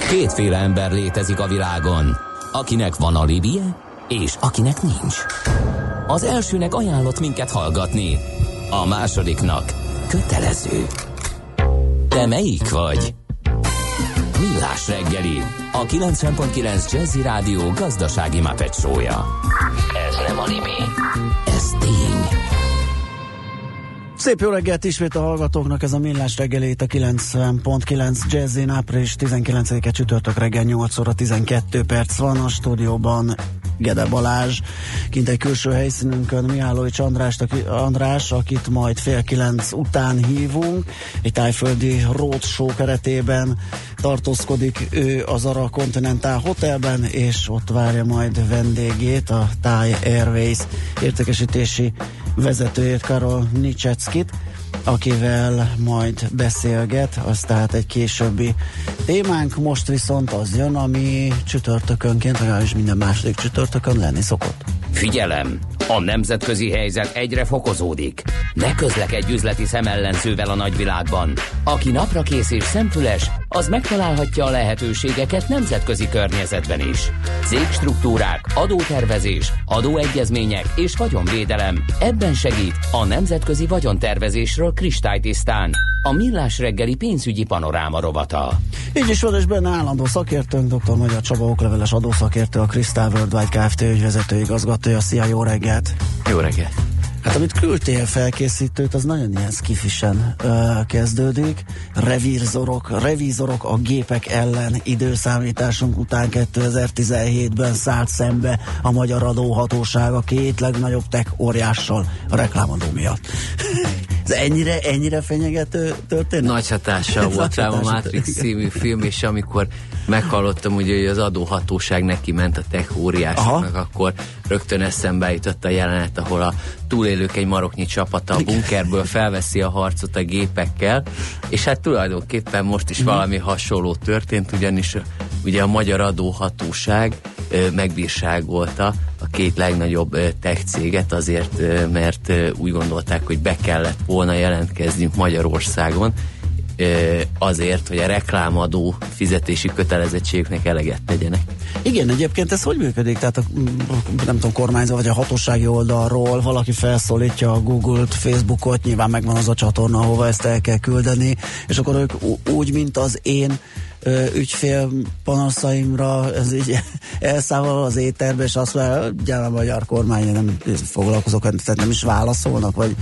Kétféle ember létezik a világon, akinek van alibije, és akinek nincs. Az elsőnek ajánlott minket hallgatni, a másodiknak kötelező. Te melyik vagy? Millás reggeli, a 90.9 Jazzy Rádió gazdasági Muppet show-ja. Ez nem anime, ez tény. Szép jó reggelt ismét a hallgatóknak, ez a Millás reggelét a 90.9 Jazzin, április 19-e csütörtök reggel 8 óra 12 perc van a stúdióban. Gede Balázs, kint egy külső helyszínünkön Mihálovics András, akit majd 8:30 után hívunk. Egy tájföldi roadshow keretében tartózkodik ő az Ara Continental Hotelben, és ott várja majd vendégét, a Thai Airways értékesítési vezetőjét, Karol Nicheckit, akivel majd beszélget, az tehát egy későbbi témánk. Most viszont az jön, ami csütörtökönként, legalábbis minden második csütörtökön lenni szokott. Figyelem! A nemzetközi helyzet egyre fokozódik. Ne közlekedj üzleti szemellenzővel a nagyvilágban. Aki naprakész és szemfüles, az megtalálhatja a lehetőségeket nemzetközi környezetben is. Cégstruktúrák, adótervezés, adóegyezmények és vagyonvédelem. Ebben segít a nemzetközi vagyontervezésről kristálytisztán a Millás reggeli pénzügyi panoráma rovata. Így is van, és benne állandó szakértőnk, dr. Magyar Csaba, okleveles adószakértő, a Crystal Worldwide Kft. Ügyvezető igazgatója. Szia, jó reggelt! Jó reggelt! Hát amit küldtél felkészítőt, az nagyon ilyen skifisen kezdődik. Revízorok a gépek ellen időszámításunk után 2017-ben szállt szembe a magyar adóhatóság a két legnagyobb tech óriással a reklámadó miatt. Ez ennyire fenyegető történet? Nagy hatással volt rám a Matrix című film, és amikor meghallottam, ugye, hogy az adóhatóság neki ment a tech óriásoknak, akkor rögtön eszembe jutott a jelenet, ahol a túlélők egy maroknyi csapata a bunkerből felveszi a harcot a gépekkel, és hát tulajdonképpen most is valami hasonló történt, ugyanis ugye a magyar adóhatóság megbírságolta a két legnagyobb tech céget azért, mert úgy gondolták, hogy be kellett volna jelentkeznünk Magyarországon azért, hogy a reklámadó fizetési kötelezettségüknek eleget tegyenek. Igen, egyébként ez hogy működik? Tehát a, nem tudom, kormányzó vagy a hatósági oldalról valaki felszólítja a Google-t, Facebookot, nyilván megvan az a csatorna, ahova ezt el kell küldeni, és akkor ők úgy, mint az én ügyfél panaszaimra, ez így elszállal az éterbe, és azt mondja, hogy gyere a magyar kormány, nem foglalkozok, tehát nem is válaszolnak, vagy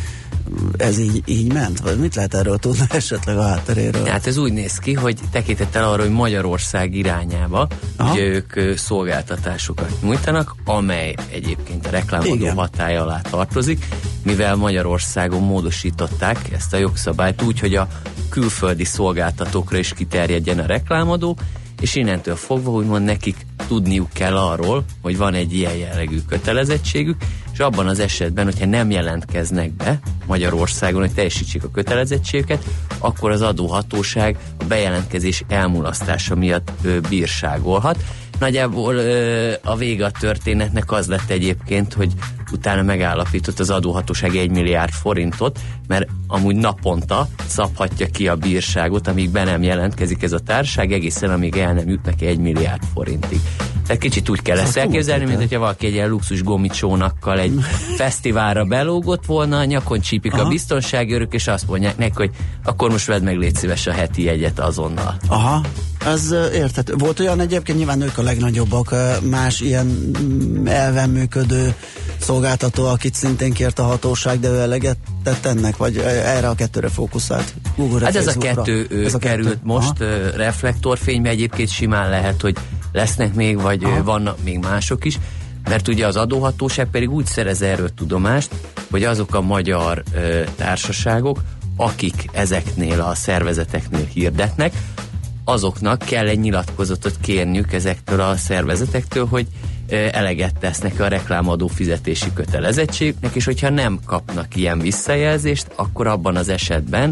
ez így ment? Vagy mit lehet erről tudni esetleg a hátteréről? Hát ez úgy néz ki, hogy tekintettel arra, hogy Magyarország irányába ugye ők szolgáltatásokat nyújtanak, amely egyébként a reklámadó hatálya alá tartozik, mivel Magyarországon módosították ezt a jogszabályt úgy, hogy a külföldi szolgáltatókra is kiterjedjen a reklámadó, és innentől fogva úgymond nekik tudniuk kell arról, hogy van egy ilyen jellegű kötelezettségük, és abban az esetben, hogyha nem jelentkeznek be Magyarországon, hogy teljesítsék a kötelezettségüket, akkor az adóhatóság a bejelentkezés elmulasztása miatt bírságolhat. Nagyjából a vége a történetnek az lett egyébként, hogy utána megállapított az adóhatóság 1 milliárd forintot, mert amúgy naponta szabhatja ki a bírságot, amíg be nem jelentkezik ez a társaság, egészen amíg el nem jut neki 1 milliárd forintig. Tehát kicsit úgy kell ezt elképzelni, mint hogyha valaki egy ilyen luxus gomicsónakkal egy fesztiválra belógott volna, nyakon csípik a biztonsági őrök, és azt mondják neki, hogy akkor most vedd meg, légy szíves, a heti jegyet azonnal. Aha, ez érthető. Volt olyan egyébként, nyilván ők a legnagyobbak, más ilyen elven működő szolgáltató, akit szintén kért a hatóság, de ő eleget tett ennek, vagy erre a kettőre fókuszált? Google-re, hát ez a kettő került most reflektorfénybe, egyébként simán lehet, hogy lesznek még, vagy vannak még mások is, mert ugye az adóhatóság pedig úgy szerez erről tudomást, hogy azok a magyar társaságok, akik ezeknél a szervezeteknél hirdetnek, azoknak kell egy nyilatkozatot kérniük ezektől a szervezetektől, hogy eleget tesznek a reklámadó fizetési kötelezettségnek, és hogyha nem kapnak ilyen visszajelzést, akkor abban az esetben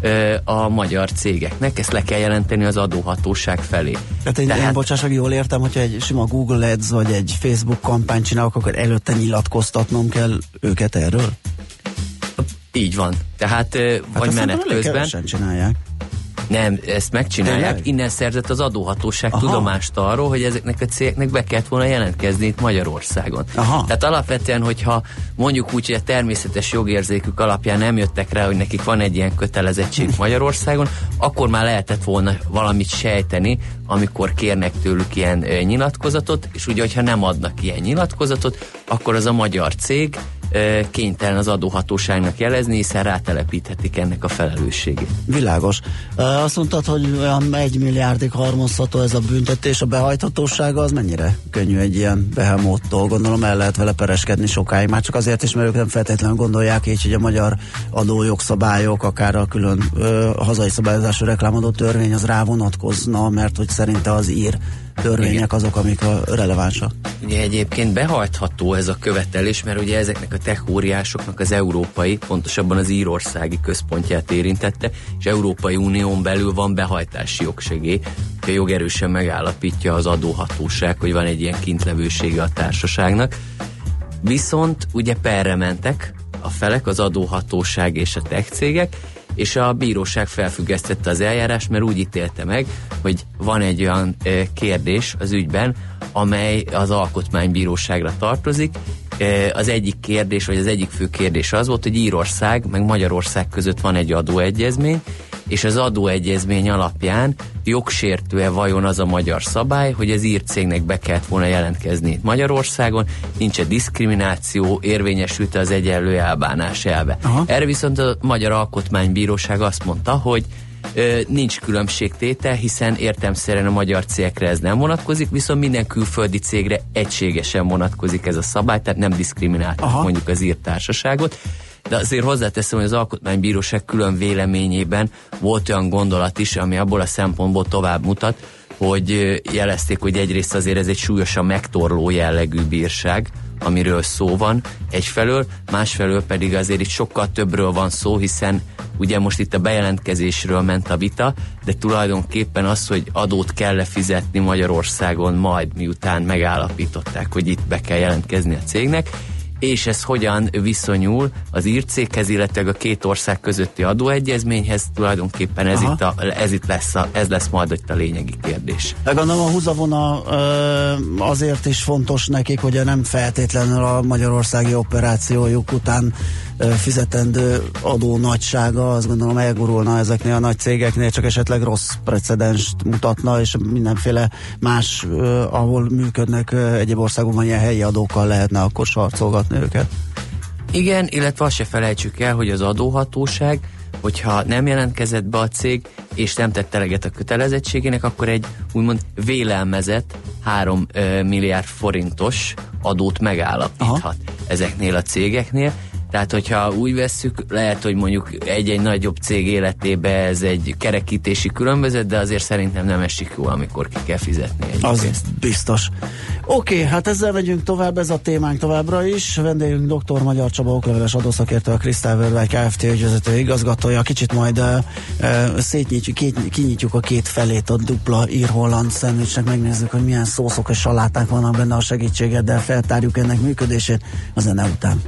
a magyar cégeknek ezt le kell jelenteni az adóhatóság felé. Tehát én bocsássak, jól értem, hogyha egy sima Google Ads vagy egy Facebook kampányt csinálok, akkor előtte nyilatkoztatnom kell őket erről? Így van. Tehát vagy menet közben. Csinálják. Nem, ezt megcsinálják. Tényleg? Innen szerzett az adóhatóság tudomást arról, hogy ezeknek a cégeknek be kellett volna jelentkezni itt Magyarországon. Aha. Tehát alapvetően, hogyha mondjuk úgy, hogy a természetes jogérzékük alapján nem jöttek rá, hogy nekik van egy ilyen kötelezettség Magyarországon, akkor már lehetett volna valamit sejteni, amikor kérnek tőlük ilyen nyilatkozatot, és ugye, hogyha nem adnak ilyen nyilatkozatot, akkor az a magyar cég kénytelen az adóhatóságnak jelezni, hiszen rátelepíthetik ennek a felelősségét. Világos. Azt mondtad, hogy olyan 1 milliárdig halmozható ez a büntetés, a behajthatósága az mennyire könnyű egy ilyen behemóttól? Gondolom el lehet vele pereskedni sokáig, már csak azért is, mert ők nem feltétlenül gondolják így, hogy a magyar adójogszabályok, akár a külön hazai szabályozású reklámadó törvény az rá vonatkozna, mert hogy szerinte az ír törvények azok, amik a relevánsak. Ugye egyébként behajtható ez a követelés, mert ugye ezeknek a tech óriásoknak az európai, pontosabban az írországi központját érintette, és Európai Unión belül van behajtási jogsegély, hogy jogerősen megállapítja az adóhatóság, hogy van egy ilyen kintlevősége a társaságnak. Viszont ugye perre mentek a felek, az adóhatóság és a tech cégek, és a bíróság felfüggesztette az eljárást, mert úgy ítélte meg, hogy van egy olyan kérdés az ügyben, amely az alkotmánybíróságra tartozik. Az egyik kérdés, vagy az egyik fő kérdés az volt, hogy Írország meg Magyarország között van egy adóegyezmény, és az adóegyezmény alapján jogsértő-e vajon az a magyar szabály, hogy az ír cégnek be kellett volna jelentkezni Magyarországon, nincs-e diszkrimináció, érvényesült az egyenlő elbánás elve. Aha. Erre viszont a Magyar Alkotmánybíróság azt mondta, hogy nincs különbségtétel, hiszen értelemszerűen a magyar cégekre ez nem vonatkozik, viszont minden külföldi cégre egységesen vonatkozik ez a szabály, tehát nem diszkrimináltak mondjuk az ír társaságot. De azért hozzáteszem, hogy az Alkotmánybíróság külön véleményében volt olyan gondolat is, ami abból a szempontból tovább mutat, hogy jelezték, hogy egyrészt azért ez egy súlyosan megtorló jellegű bírság, amiről szó van egyfelől, másfelől pedig azért itt sokkal többről van szó, hiszen ugye most itt a bejelentkezésről ment a vita, de tulajdonképpen az, hogy adót kell fizetni Magyarországon majd, miután megállapították, hogy itt be kell jelentkezni a cégnek, és ez hogyan viszonyul az ír céghez, illetve a két ország közötti adóegyezményhez, tulajdonképpen ez lesz majd itt a lényegi kérdés. Gondolom a húzavona azért is fontos nekik, hogy nem feltétlenül a magyarországi operációjuk után fizetendő adó nagysága, azt gondolom elgurulna ezeknél a nagy cégeknél, csak esetleg rossz precedenst mutatna, és mindenféle más, ahol működnek egyéb országokban ilyen helyi adókkal lehetne akkor sarcolgatni őket. Igen, illetve azt se felejtsük el, hogy az adóhatóság, hogyha nem jelentkezett be a cég, és nem tett eleget a kötelezettségének, akkor egy úgymond vélelmezett 3 milliárd forintos adót megállapíthat ezeknél a cégeknél. Tehát, hogyha úgy vesszük, lehet, hogy mondjuk egy-egy nagyobb cég életébe ez egy kerekítési különbözet, de azért szerintem nem esik jól, amikor ki kell fizetni egy az pénzt. Biztos. Oké, hát ezzel megyünk tovább, ez a témánk továbbra is. Vendégünk dr. Magyar Csaba, okleveles adószakértő, a Crystal Worldwide Kft. Ügyvezető igazgatója. Kicsit majd kinyitjuk a két felét a dupla ír-holland szendvicsnek, megnézzük, hogy milyen szószok és saláták vannak benne a segítségeddel, feltárjuk ennek működését a zene után.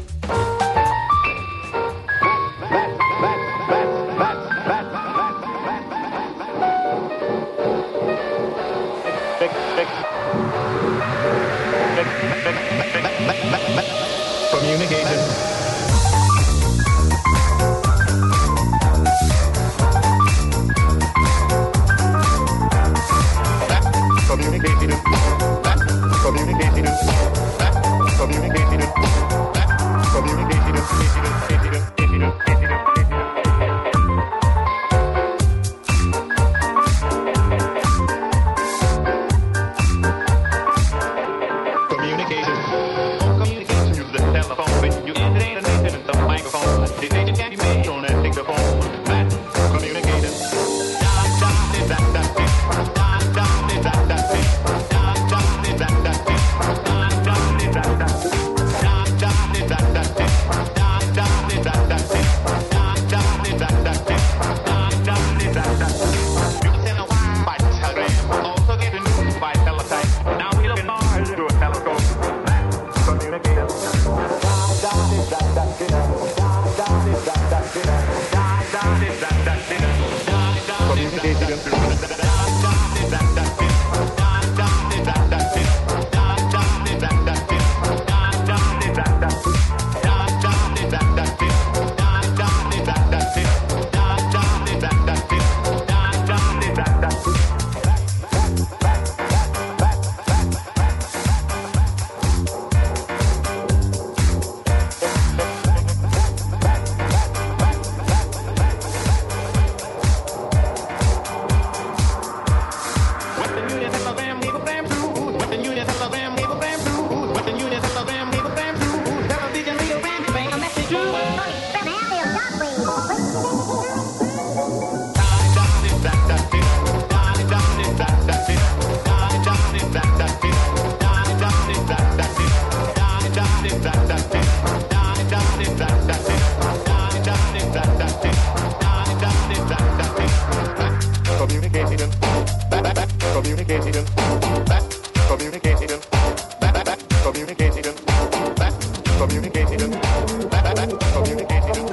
communication, back communication, back communication, back communication, back communication,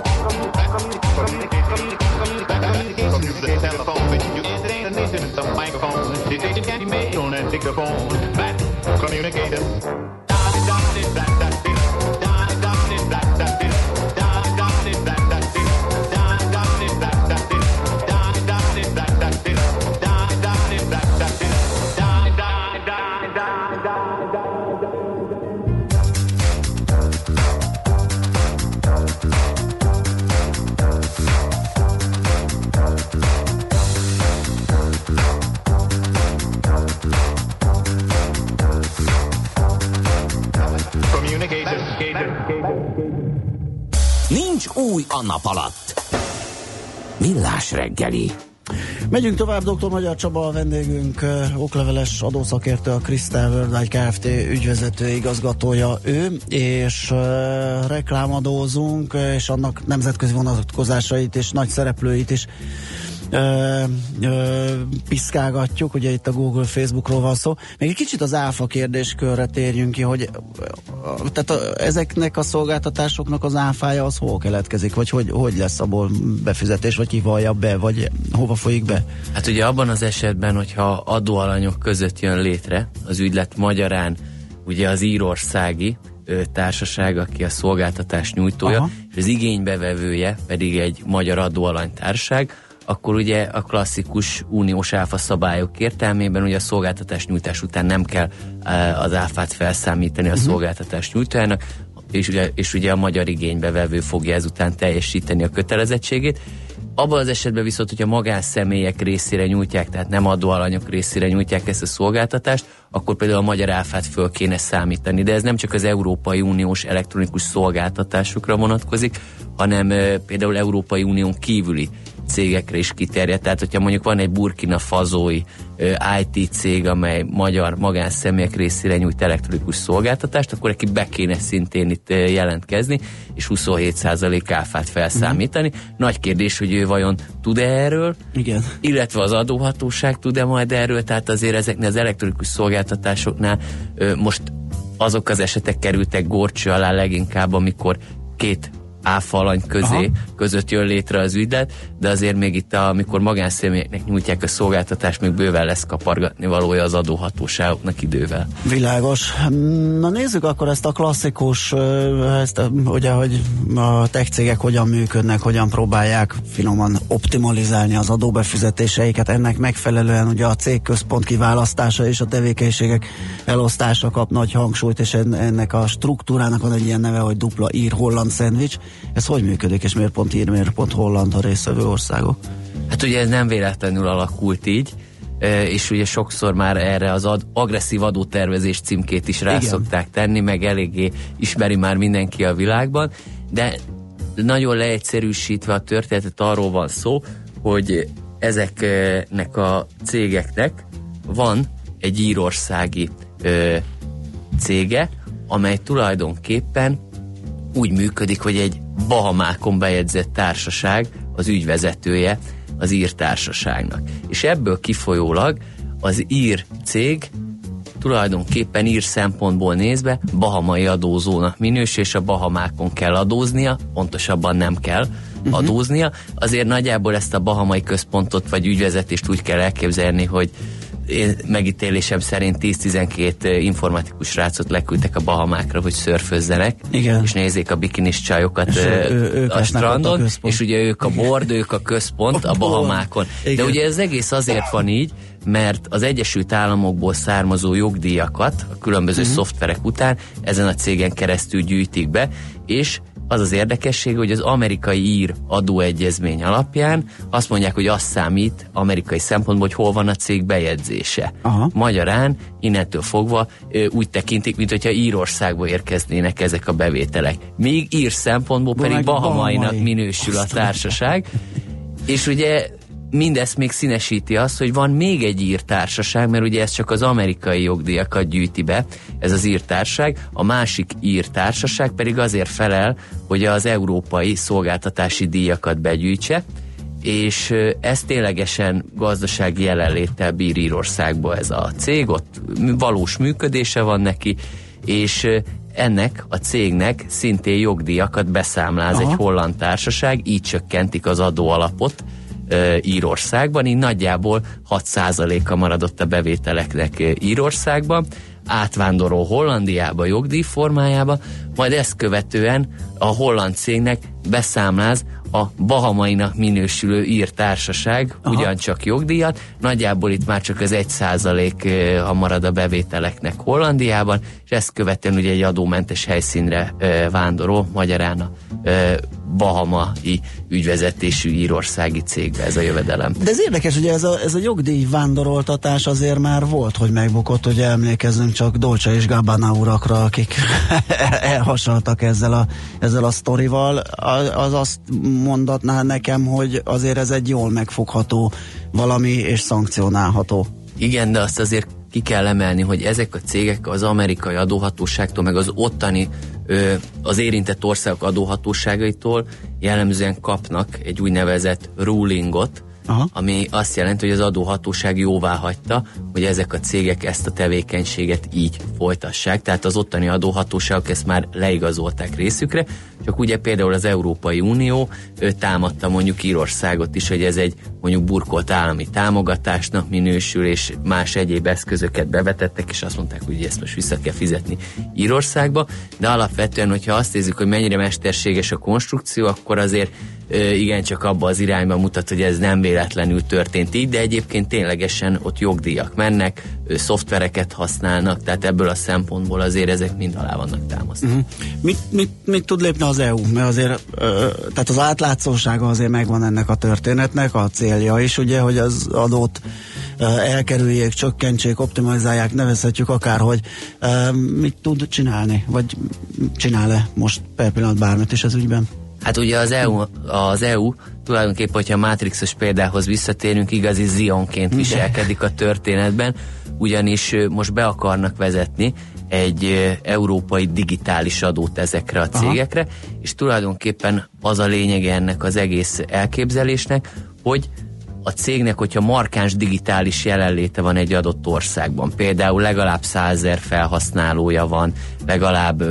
use the telephone, but you it ain't a nation, it's a microphone. Decision can be made on that dictaphone. Back communication. Nincs új a nap alatt. Millás reggeli. Megyünk tovább, dr. Magyar Csaba a vendégünk, okleveles adószakértő, a Crystal Worldwide Kft. Ügyvezető igazgatója ő, és reklámadózunk, és annak nemzetközi vonatkozásait és nagy szereplőit is piszkálgatjuk, ugye itt a Google, Facebookról van szó. Még egy kicsit az áfa kérdéskörre térjünk ki, hogy tehát ezeknek a szolgáltatásoknak az áfája az hol keletkezik, vagy hogy lesz abból befizetés, vagy ki vallja be, vagy hova folyik be? Hát ugye abban az esetben, hogyha adóalanyok között jön létre az ügylet, magyarán ugye az írországi társaság, aki a szolgáltatás nyújtója, aha, és az igénybevevője pedig egy magyar adóalanytársaság, akkor ugye a klasszikus uniós áfa szabályok értelmében ugye a szolgáltatás nyújtás után nem kell az áfát felszámítani a szolgáltatás nyújtójának, és ugye a magyar igénybevevő fogja ezután teljesíteni a kötelezettségét. Abban az esetben viszont, hogyha magánszemélyek részére nyújtják, tehát nem adóalanyok részére nyújtják ezt a szolgáltatást, akkor például a magyar áfát föl kéne számítani. De ez nem csak az Európai Uniós elektronikus szolgáltatásokra vonatkozik, hanem például Európai Unión kívüli cégekre is kiterjed. Tehát, hogyha mondjuk van egy Burkina Fasói IT cég, amely magyar magánszemélyek részére nyújt elektronikus szolgáltatást, akkor neki be kéne szintén itt jelentkezni, és 27% áfát felszámítani. Nagy kérdés, hogy ő vajon tud-e erről, igen, illetve az adóhatóság tud-e majd erről, tehát azért ezeknél az elektronikus szolgáltatásoknál most azok az esetek kerültek górcső alá leginkább, amikor két áfalany között jön létre az ügylet, de azért még itt, amikor magánszemélyeknek nyújtják a szolgáltatást, még bőven lesz kapargatni valója az adóhatóságoknak idővel. Világos. Na nézzük akkor ezt a klasszikus, ugye, hogy a tech cégek hogyan működnek, hogyan próbálják finoman optimalizálni az adóbefizetéseiket, ennek megfelelően ugye a cégközpont kiválasztása és a tevékenységek elosztása kap nagy hangsúlyt, és ennek a struktúrának van egy ilyen neve, hogy dupla ír holland szendvics. Ez hogy működik, és miért pont ír, miért pont holland a résztvevő országok? Hát ugye ez nem véletlenül alakult így, és ugye sokszor már erre az agresszív adótervezés címkét is rá szokták tenni, meg eléggé ismeri már mindenki a világban, de nagyon leegyszerűsítve a történetet arról van szó, hogy ezeknek a cégeknek van egy írországi cége, amely tulajdonképpen úgy működik, hogy egy Bahamákon bejegyzett társaság az ügyvezetője az ír társaságnak. És ebből kifolyólag az ír cég tulajdonképpen ír szempontból nézve bahamai adózónak minősül, és a Bahamákon kell adóznia, pontosabban nem kell adóznia. Azért nagyjából ezt a bahamai központot vagy ügyvezetést úgy kell elképzelni, hogy én megítélésem szerint 10-12 informatikus srácot leküldtek a Bahamákra, hogy szörfözzenek, és nézzék a bikinis csajokat a strandon, és ugye ők a board, ők a központ a Bahamákon. De ugye ez egész azért van így, mert az Egyesült Államokból származó jogdíjakat a különböző szoftverek után ezen a cégen keresztül gyűjtik be, és az az érdekesség, hogy az amerikai ír adóegyezmény alapján azt mondják, hogy azt számít amerikai szempontból, hogy hol van a cég bejegyzése. Aha. Magyarán innentől fogva úgy tekintik, mint hogyha Írországból érkeznének ezek a bevételek. Míg ír szempontból pedig bahamainak minősül a társaság. És ugye mindezt még színesíti az, hogy van még egy ír társaság, mert ugye ez csak az amerikai jogdíjakat gyűjti be, ez az ír társaság, a másik ír társaság pedig azért felel, hogy az európai szolgáltatási díjakat begyűjtse, és ez ténylegesen gazdasági jelenléttel bír Írországban ez a cég, ott valós működése van neki, és ennek a cégnek szintén jogdíjakat beszámláz egy holland társaság, így csökkentik az adóalapot Írországban, így nagyjából 6%-a maradott a bevételeknek Írországban, átvándorol Hollandiába jogdíj formájába, majd ezt követően a holland cégnek beszámláz a Bahamainak minősülő ír társaság ugyancsak jogdíjat, nagyjából itt már csak az 1% marad a bevételeknek Hollandiában, és ezt követően ugye egy adómentes helyszínre vándorol, magyarán a bahamai ügyvezetésű írországi cégbe ez a jövedelem. De ez érdekes, ugye ez a jogdíj vándoroltatás azért már volt, hogy megbukott, ugye emlékezzünk csak Dolce és Gabbana urakra, akik elhasaltak ezzel a sztorival. Az azt mondatná nekem, hogy azért ez egy jól megfogható valami, és szankcionálható. Igen, de azt azért ki kell emelni, hogy ezek a cégek az amerikai adóhatóságtól, meg az ottani az érintett országok adóhatóságaitól jellemzően kapnak egy úgynevezett rulingot, ami azt jelenti, hogy az adóhatóság jóvá hagyta, hogy ezek a cégek ezt a tevékenységet így folytassák, tehát az ottani adóhatóságok ezt már leigazolták részükre, csak ugye például az Európai Unió támadta mondjuk Írországot is, hogy ez egy mondjuk burkolt állami támogatásnak minősül, és más egyéb eszközöket bevetettek, és azt mondták, hogy ezt most vissza kell fizetni Írországba, de alapvetően, hogyha azt nézzük, hogy mennyire mesterséges a konstrukció, akkor azért igen, csak abba az irányba mutat, hogy ez nem véletlenül történt így, de egyébként ténylegesen ott jogdíjak mennek, szoftvereket használnak, tehát ebből a szempontból azért ezek mind alá vannak támasztva. Mit tud lépni az EU? Mert azért, tehát az átlátszósága azért megvan ennek a történetnek, a célja is, ugye, hogy az adót elkerüljék, csökkentsék, optimalizálják, nevezhetjük akárhogy. Mit tud csinálni? Vagy csinál-e most per pillanat bármit is ez ügyben? Hát ugye az EU tulajdonképpen, hogyha a Matrixos példához visszatérünk, igazi Zionként viselkedik a történetben, ugyanis most be akarnak vezetni egy európai digitális adót ezekre a cégekre, és tulajdonképpen az a lényege ennek az egész elképzelésnek, hogy a cégnek, hogyha markáns digitális jelenléte van egy adott országban, például legalább 100 000 felhasználója van, legalább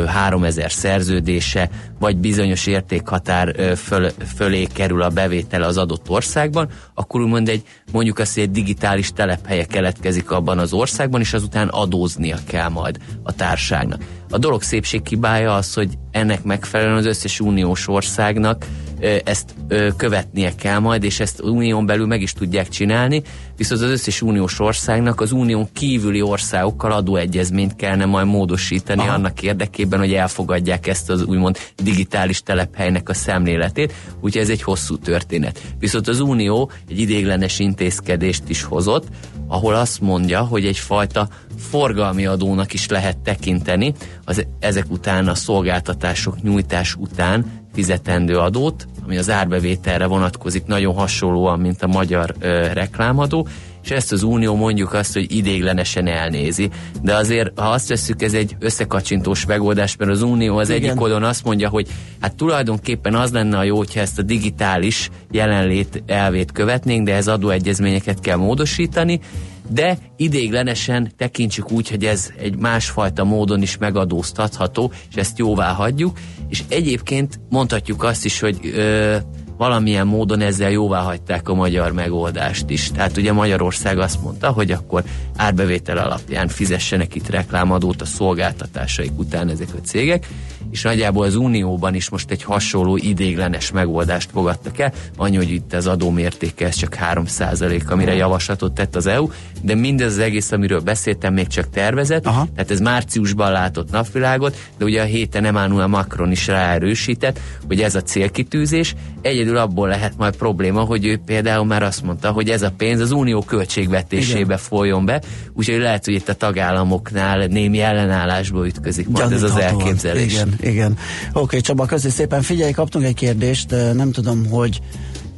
3000 szerződése, vagy bizonyos értékhatár fölé kerül a bevétele az adott országban, akkor úgymond mondjuk azt, hogy egy digitális telephelye keletkezik abban az országban, és azután adóznia kell majd a társaságnak. A dolog szépséghibája az, hogy ennek megfelelően az összes uniós országnak ezt követnie kell majd, és ezt unión belül meg is tudják csinálni, viszont az összes uniós országnak az unión kívüli országokkal adóegyezményt kellene majd módosítani annak érdekében, hogy elfogadják ezt az úgymond digitális telephelynek a szemléletét, úgyhogy ez egy hosszú történet. Viszont az unió egy ideiglenes intézkedést is hozott, ahol azt mondja, hogy egyfajta forgalmi adónak is lehet tekinteni ezek után a szolgáltatások nyújtás után fizetendő adót, ami az árbevételre vonatkozik nagyon hasonlóan, mint a magyar reklámadó, és ezt az unió mondjuk azt, hogy ideiglenesen elnézi. De azért, ha azt vesszük, ez egy összekacsintós megoldás, mert az unió az egyik oldalon azt mondja, hogy hát tulajdonképpen az lenne a jó, hogyha ezt a digitális jelenlét elvét követnénk, de ez adóegyezményeket kell módosítani, de ideiglenesen tekintsük úgy, hogy ez egy másfajta módon is megadóztatható, és ezt jóvá hagyjuk, és egyébként mondhatjuk azt is, hogy valamilyen módon ezzel jóvá hagyták a magyar megoldást is. Tehát ugye Magyarország azt mondta, hogy akkor árbevétel alapján fizessenek itt reklámadót a szolgáltatásaik után ezek a cégek, és nagyjából az Unióban is most egy hasonló ideiglenes megoldást fogadtak el, annyi, hogy itt az adómértéke ez csak 3%, amire javaslatot tett az EU, de mindez az egész, amiről beszéltem, még csak tervezett, tehát ez márciusban látott napvilágot, de ugye a héten Emmanuel Macron is ráerősített, hogy ez a célkitűzés, egyedül abból lehet majd probléma, hogy ő például már azt mondta, hogy ez a pénz az unió költségvetésébe folyjon be, úgyhogy lehet, hogy itt a tagállamoknál némi ellenállásba ütközik majd ez az elképzelés. Igen. Oké, Csaba, köszi szépen. Figyelj, kaptunk egy kérdést, nem tudom, hogy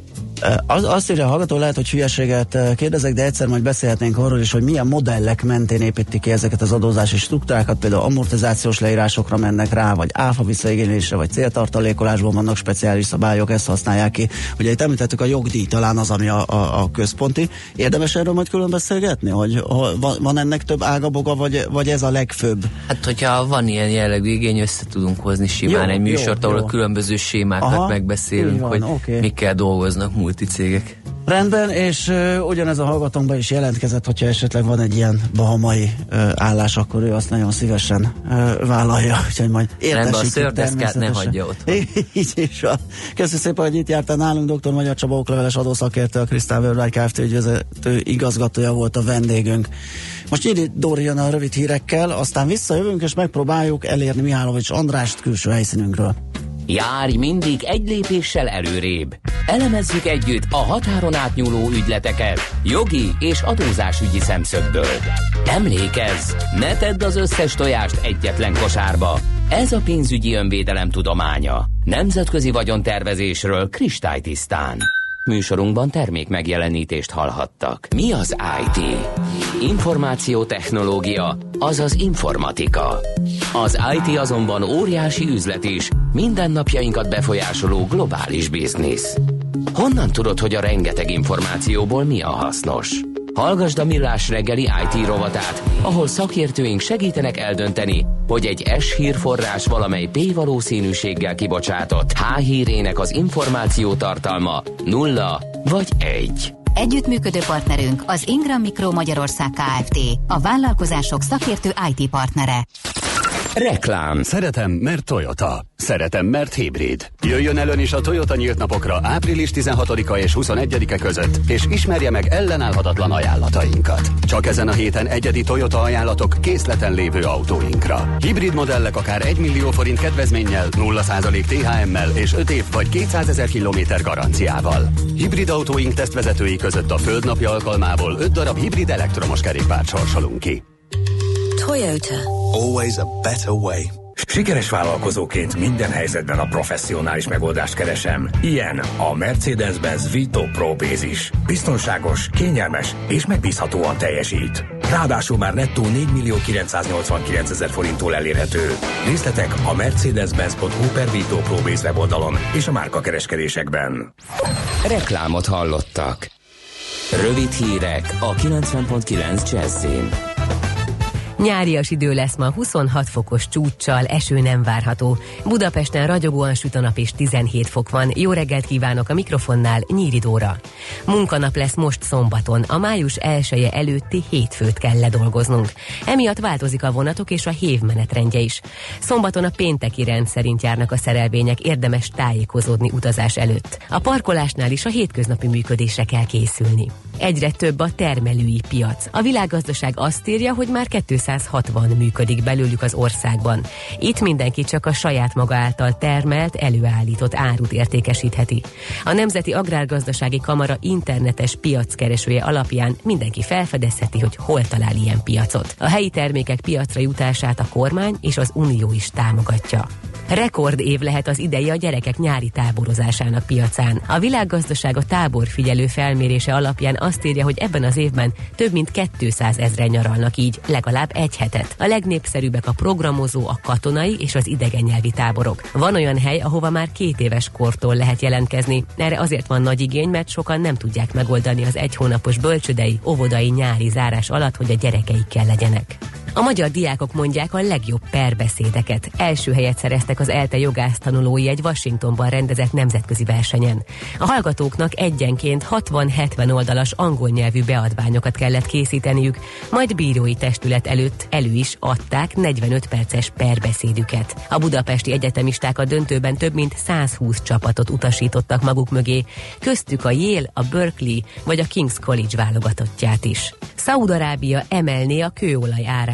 Azt írja a hallgató, lehet, hogy hülyeséget kérdezek, de egyszer majd beszélhetnénk arról is, hogy milyen modellek mentén építik ki ezeket az adózási struktúrákat, például amortizációs leírásokra mennek rá, vagy áfa visszaigénylésre, vagy céltartalékolásban vannak speciális szabályok, ezt használják ki. Ugye itt említettük a jogdíj, talán az, ami a központi. Érdemes erről majd külön beszélgetni, hogy van ennek több ágaboga, vagy ez a legfőbb? Hát, hogyha van ilyen jellegű igény, össze tudunk hozni simán egy műsort, ahol a különböző sémákat megbeszélünk, van, hogy mikkel dolgoznak multicégek. Rendben, és ugyanez a hallgatónkban is jelentkezett, hogyha esetleg van egy ilyen bahamai állás, akkor ő azt nagyon szívesen vállalja, úgyhogy majd értesítjük. Rendben, a szördeszkát ne hagyja ott. Így is van. Köszönjük szépen, hogy itt jártál nálunk, dr. Magyar Csaba okleveles adószakértő, a Krisztál Worldwide Kft. Ügyvezető igazgatója volt a vendégünk. Most Nyíri Dóri jön a rövid hírekkel, aztán visszajövünk, és megpróbáljuk elérni Mihálovics Andrást külső helyszínünkről. Járj mindig egy lépéssel előrébb. Elemezzük együtt a határon átnyúló ügyleteket jogi és adózásügyi szemszögből. Emlékezz, ne tedd az összes tojást egyetlen kosárba. Ez a pénzügyi önvédelem tudománya. Nemzetközi vagyontervezésről kristálytisztán. Műsorunkban termék megjelenítést hallhattak. Mi az IT? Információtechnológia, azaz informatika. Az IT azonban óriási üzlet is, mindennapjainkat befolyásoló globális biznisz. Honnan tudod, hogy a rengeteg információból mi a hasznos? Hallgasd a Millás reggeli IT rovatát, ahol szakértőink segítenek eldönteni, hogy egy S hírforrás valamely P valószínűséggel kibocsátott H hírének az információ tartalma 0 vagy 1. Együttműködő partnerünk az Ingram Micro Magyarország Kft. A vállalkozások szakértő IT partnere. Reklám. Szeretem, mert Toyota. Szeretem, mert hibrid. Jöjjön el ön is a Toyota nyílt napokra április 16-a és 21-e között, és ismerje meg ellenállhatatlan ajánlatainkat. Csak ezen a héten egyedi Toyota ajánlatok készleten lévő autóinkra. Hibrid modellek akár 1 millió forint kedvezménnyel, 0% THM-mel és 5 év vagy 200 000 kilométer garanciával. Hibrid autóink tesztvezetői között a Földnapja alkalmából 5 darab hibrid elektromos kerékpárt sorsolunk ki. Toyota. Always a better way. Sikeres vállalkozóként minden helyzetben a professzionális megoldást keresem. Ilyen a Mercedes-Benz Vito Pro Bázis. Biztonságos, kényelmes és megbízhatóan teljesít. Ráadásul már nettó 4.989.000 forinttól elérhető. Részletek a mercedes-benz.hu/Vito Pro Base weboldalon és a márkakereskedésekben. Reklámot hallottak. Rövid hírek a 90.9 Jazzin. Nyárias idő lesz ma, 26 fokos csúccsal, eső nem várható. Budapesten ragyogóan süt a nap és 17 fok van. Jó reggelt kívánok, a mikrofonnál Nyíri Dóra. Munkanap lesz most szombaton, a május 1-e előtti hétfőt kell ledolgoznunk. Emiatt változik a vonatok és a hév menetrendje is. Szombaton a pénteki rend szerint járnak a szerelvények, érdemes tájékozódni utazás előtt. A parkolásnál is a hétköznapi működésre kell készülni. Egyre több a termelői piac. A világgazdaság azt írja, hogy már 260 működik belőlük az országban. Itt mindenki csak a saját maga által termelt, előállított árut értékesítheti. A Nemzeti Agrárgazdasági Kamara internetes piackeresője alapján mindenki felfedezheti, hogy hol talál ilyen piacot. A helyi termékek piacra jutását a kormány és az Unió is támogatja. Rekord év lehet az idei a gyerekek nyári táborozásának piacán. A világgazdaság a táborfigyelő felmérése alapján azt írja, hogy ebben az évben több mint 200 000 nyaralnak így, legalább egy hetet. A legnépszerűbbek a programozó, a katonai és az idegen nyelvi táborok. Van olyan hely, ahova már 2 éves kortól lehet jelentkezni. Erre azért van nagy igény, mert sokan nem tudják megoldani az 1 hónapos bölcsődei, óvodai nyári zárás alatt, hogy a gyerekeikkel legyenek. A magyar diákok mondják a legjobb perbeszédeket. Első helyet szereztek az ELTE jogásztanulói egy Washingtonban rendezett nemzetközi versenyen. A hallgatóknak egyenként 60-70 oldalas angol nyelvű beadványokat kellett készíteniük, majd bírói testület előtt elő is adták 45 perces perbeszédüket. A budapesti egyetemisták a döntőben több mint 120 csapatot utasítottak maguk mögé, köztük a Yale, a Berkeley vagy a King's College válogatottját is. Szaúd-Arábia emelné a kőolaj árát.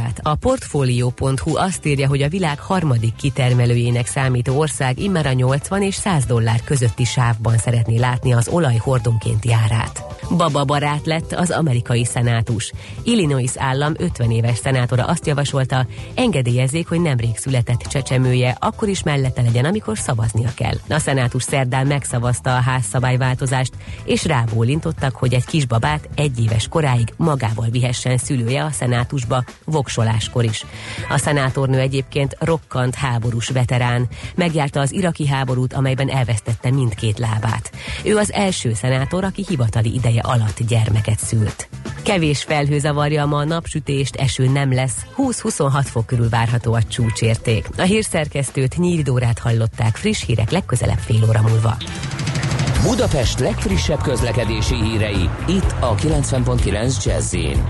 árát. A Portfolio.hu azt írja, hogy a világ harmadik kitermelőjének számító ország immár a $80 és $100 közötti sávban szeretné látni az olaj hordonkénti árát. Bababarát lett az amerikai szenátus. Illinois állam 50 éves szenátora azt javasolta, engedélyezzék, hogy nemrég született csecsemője akkor is mellette legyen, amikor szavaznia kell. A szenátus szerdán megszavazta a házszabályváltozást, és rábólintottak, hogy egy kisbabát 1 éves koráig magával vihessen szülője a szenátusba, voksoláskor is. A szenátornő egyébként rokkant háborús veterán. Megjárta az iraki háborút, amelyben elvesztette mindkét lábát. Ő az első szenátor, aki hivatali ideje alatt gyermeket szült. Kevés felhő zavarja ma a napsütést, eső nem lesz, 20-26 fok körül várható a csúcsérték. A hírszerkesztőt, Nyíri Dórát hallották, friss hírek legközelebb fél óra múlva. Budapest legfrissebb közlekedési hírei, itt a 90.9 Jazz-in.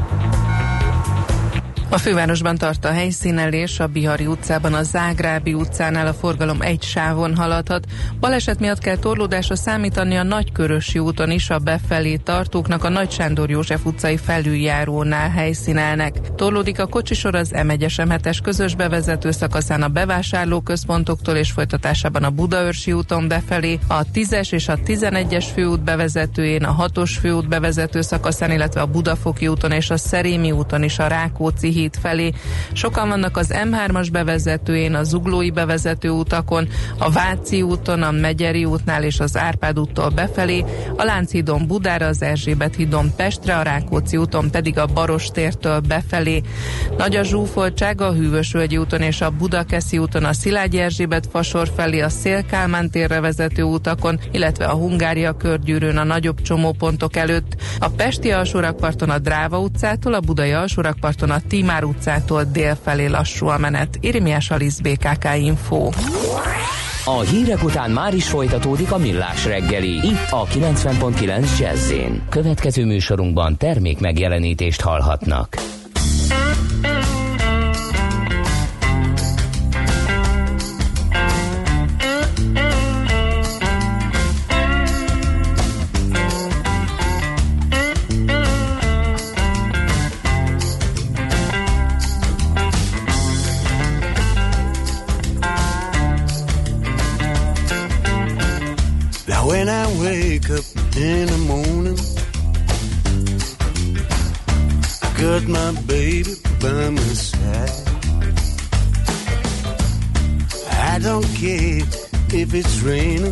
A fővárosban tart a helyszínelés, a Bihari utcában, a Zágrábi utcánál a forgalom egy sávon haladhat. Baleset miatt kell torlódásra számítani a Nagykörösi úton is, a befelé tartóknak a Nagy Sándor József utcai felüljárónál helyszínelnek. Torlódik a kocsisor az M1-es közös bevezető szakaszán a bevásárlóközpontoktól és folytatásában a Budaörsi úton befelé, a 10-es és a 11-es főút bevezetőjén, a 6-os főút bevezető szakaszán, illetve a Budafoki úton és a Szerémi úton is a Rákóczi híd felé. Sokan vannak az M3-as bevezetőjén, a zuglói bevezető utakon, a Váci úton, a Megyeri útnál és az Árpád úttól befelé, a Lánchídon Budára, az Erzsébet hídon Pestre, a Rákóczi úton pedig a Barostértől befelé. Nagy a zsúfoltság a Hűvösvölgyi úton és a Budakeszi úton, a Szilágyi Erzsébet fasor felé, a Széll-Kálmán térre vezető utakon, illetve a Hungária körgyűrűn a nagyobb csomópontok előtt. A pesti alsórakparton a Dráva utcától, a budai alsórakparton a Tímár utcától dél felé lassú a menet. Irimiás Alisz, BKK Info. A hírek után már is folytatódik a Millás reggeli, itt a 90.9 Jazz-in. Következő műsorunkban termék megjelenítést hallhatnak. When I wake up in the morning, I got my baby by my side. I don't care if it's raining,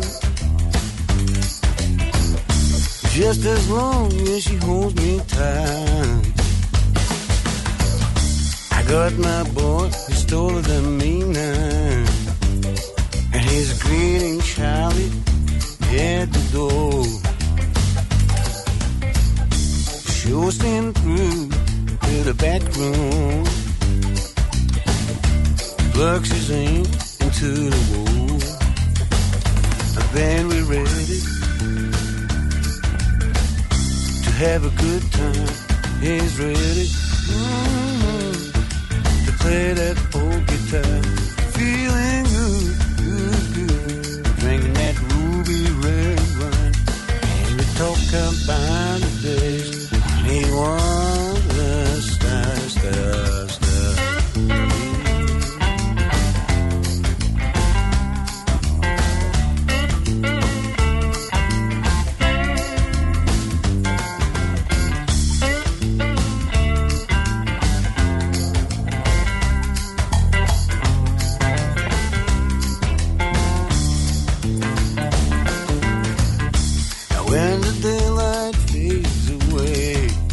just as long as she holds me tight. I got my boy who's taller than me now, and he's greeting Charlie at the door. Sure stand through to the back room, plugs his aim into the wall, and then we're ready to have a good time. He's ready to play that old guitar, feeling good, good, good, drinking that ruby red wine, and we talk about the days when he was a star, star, star. When the daylight fades away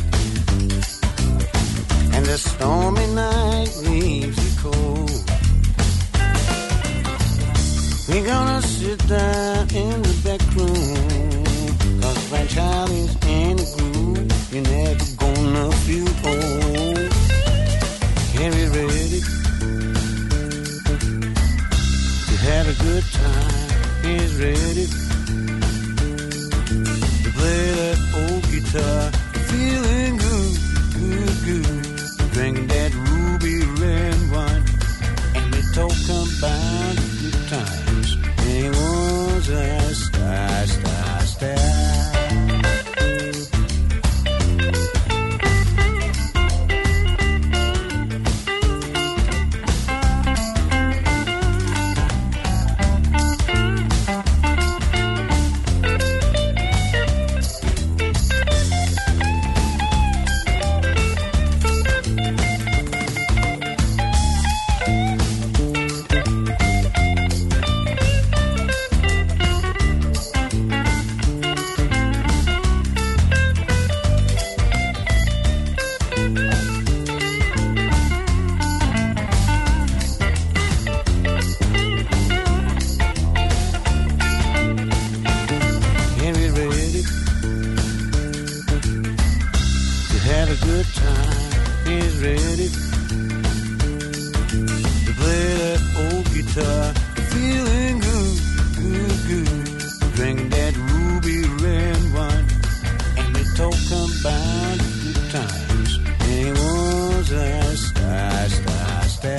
and the stormy night leaves you cold, we're gonna sit down in the back room, 'cause when Charlie's in the groove, you're never gonna feel old. And we're ready to have a good time. He's ready play that old guitar, feeling good, good, good, drinking that ruby red wine, and we talk about the good times. He was a star, star, star. guitar, feeling good, good, good. Drink that ruby red wine, and we talk about the good times. And it was a star.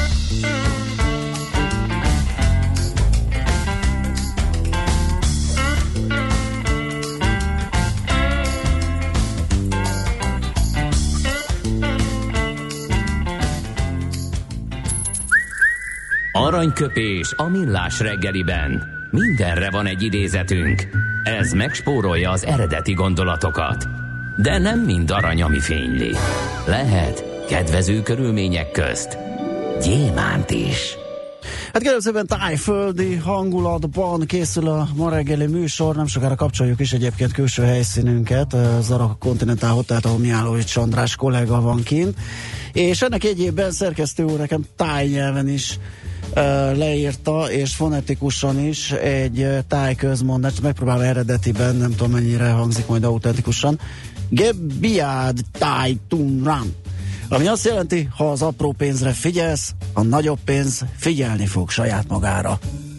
Aranyköpés a millás reggeliben. Mindenre van egy idézetünk. Ez megspórolja az eredeti gondolatokat. De nem mind arany, ami fényli. Lehet kedvező körülmények közt gyémánt is. Hát kérlek szépen tájföldi hangulatban készül a ma reggeli műsor, nem sokára kapcsoljuk is egyébként külső helyszínünket, Zara Continental Hotelt, ahol Mihálovics András kollega van kint, és ennek egyébben szerkesztő úr nekem tájnyelven is leírta, és fonetikusan is egy tájközmondást, megpróbálom eredetiben, nem tudom mennyire hangzik majd autentikusan, Gebiad táj tunran, ami azt jelenti, ha az apró pénzre figyelsz, a nagyobb pénz figyelni fog saját magára.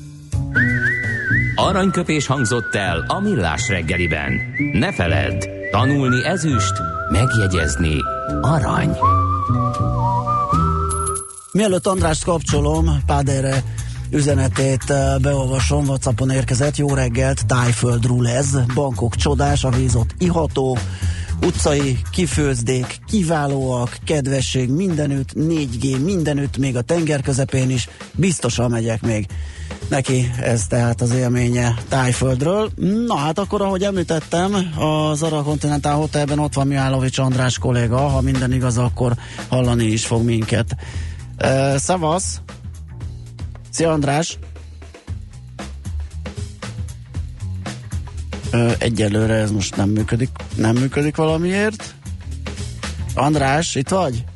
Aranyköpés hangzott el a millás reggeliben. Ne feledd, tanulni ezüst, megjegyezni arany. Mielőtt Andrást kapcsolom, Páderre üzenetét beolvasom, WhatsAppon érkezett. Jó reggelt, Tájföld rulez, bankok csodás, a víz ott iható, utcai kifőzdék kiválóak, kedvesség mindenütt, 4G mindenütt, még a tenger közepén is, biztosan megyek még. Neki ez tehát az élménye Tájföldről. Na hát akkor, ahogy említettem, a Zara Continental Hotelben ott van Mihálovics András kolléga, ha minden igaz, akkor hallani is fog minket. Szavasz! Szia András! Egyelőre ez most nem működik valamiért. András, itt vagy?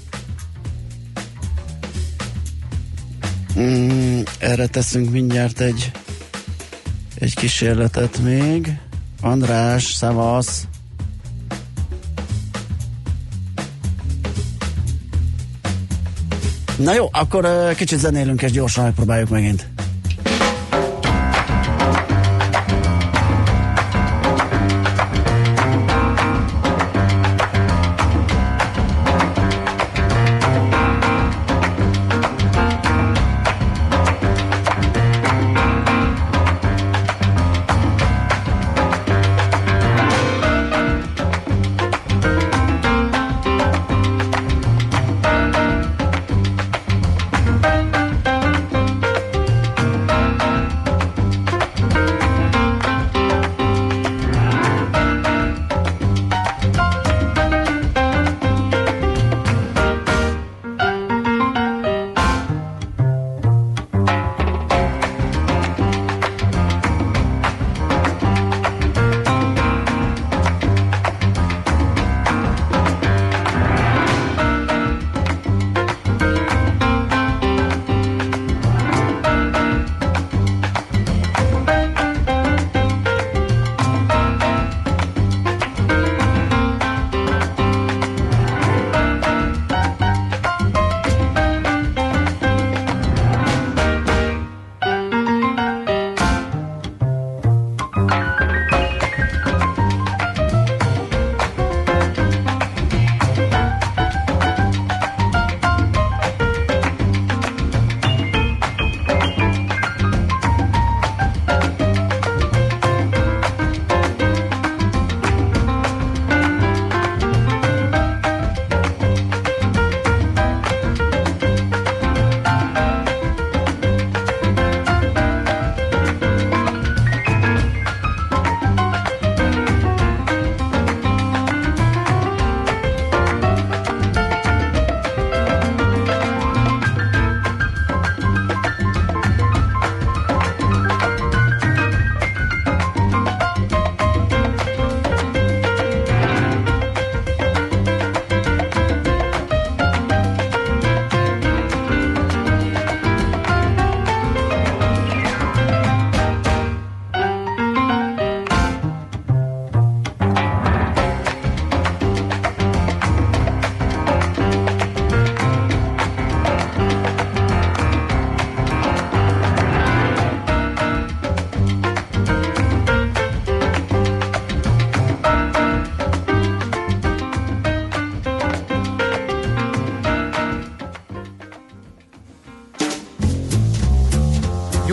Erre teszünk mindjárt egy kísérletet még. András, szavasz! Na jó, akkor kicsit zenélünk és gyorsan megpróbáljuk megint.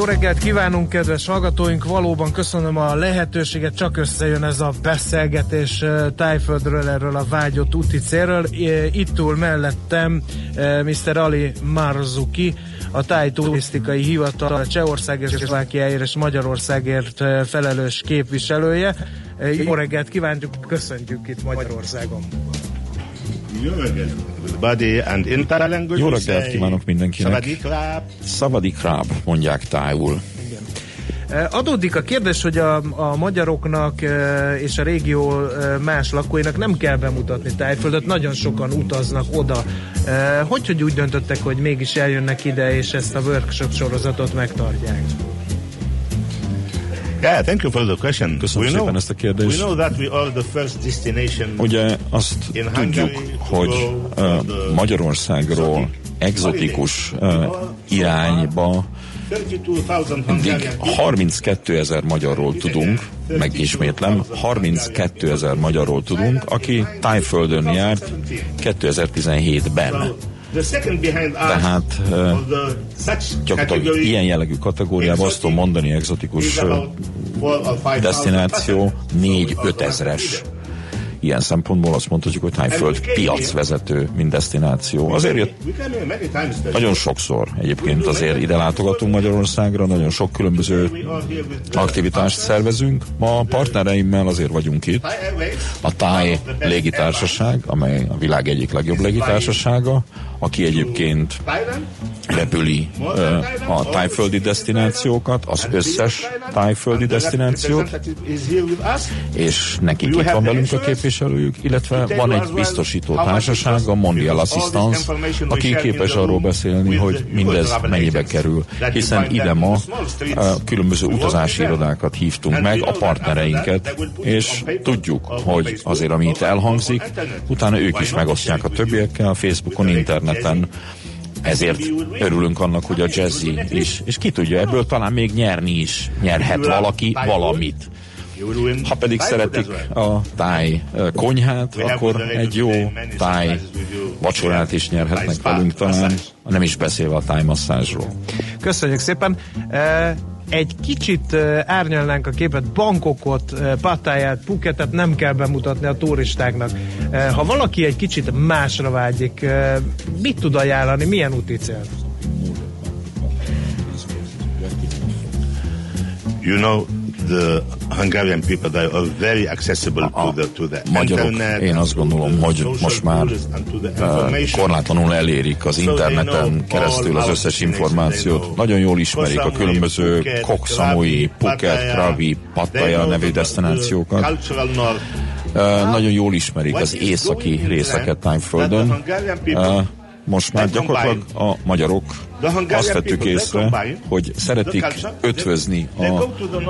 Jó reggelt kívánunk, kedves hallgatóink! Valóban köszönöm a lehetőséget, csak összejön ez a beszélgetés Tájföldről, erről a vágyott úti célről. Itt ül mellettem Mr. Ali Marzuki, a Táj Turisztikai Hivatal Csehország és Szlovákiáért és Magyarországért felelős képviselője. Jó reggelt kívánjuk, köszöntjük itt Magyarországon! Jó reggelt kívánok mindenkinek! Szavadi Krab mondják tájul. Adódik a kérdés, hogy a magyaroknak és a régió más lakóinak nem kell bemutatni Tájföldet, nagyon sokan utaznak oda. Hogy úgy döntöttek, hogy mégis eljönnek ide, és ezt a workshop sorozatot megtartják? Yeah, thank you for the question. Köszönöm szépen ezt a kérdést. Ugye azt tudjuk, hogy Magyarországról egzotikus irányba 32 000 magyarról tudunk, megismétlem, 32 000 magyarról tudunk, aki Tájföldön járt 2017-ben. Tehát gyakorlatilag ilyen jellegű kategóriában azt tudom mondani, egzotikus desztináció 4-5 ezres. Ilyen szempontból azt mondhatjuk, hogy Tájföld piacvezető, mint desztináció. Azért nagyon sokszor egyébként azért ide látogatunk Magyarországra, nagyon sok különböző aktivitást szervezünk. Ma a partnereimmel azért vagyunk itt. A Thai légitársaság, amely a világ egyik legjobb légitársasága, aki egyébként repüli a tájföldi desztinációkat, az összes tájföldi desztinációt, és nekik itt van velünk a képviselőjük, illetve van egy biztosító társaság, a Mondial Assistance, aki képes arról beszélni, hogy mindez mennyibe kerül, hiszen ide ma különböző utazási irodákat hívtunk meg, a partnereinket, és tudjuk, hogy azért, ami itt elhangzik, utána ők is megosztják a többiekkel, Facebookon, interneten. Ezért örülünk annak, hogy a Jazzy is, és ki tudja, ebből talán még nyerhet valaki valamit. Ha pedig szeretik a táj konyhát, akkor egy jó táj vacsorát is nyerhetnek velünk talán, nem is beszélve a tájmasszázsról. Köszönjük szépen! Egy kicsit árnyalnánk a képet, Bangkokot, Pattayát, Phuketet nem kell bemutatni a turistáknak. Ha valaki egy kicsit másra vágyik, mit tud ajánlani, milyen úti cél? You know, the Hungarian people, they are very accessible to the magyarok, internet. én azt gondolom, hogy most már korlátlanul elérik az interneten keresztül az összes információt. Nagyon jól ismerik a különböző Koh Samui, Phuket, Krabi, Pattaya nevű desztinációkat. Nagyon jól ismerik az északi részeket Tájföldön. Most már gyakorlatilag a magyarok azt vettük észre, hogy szeretik ötvözni a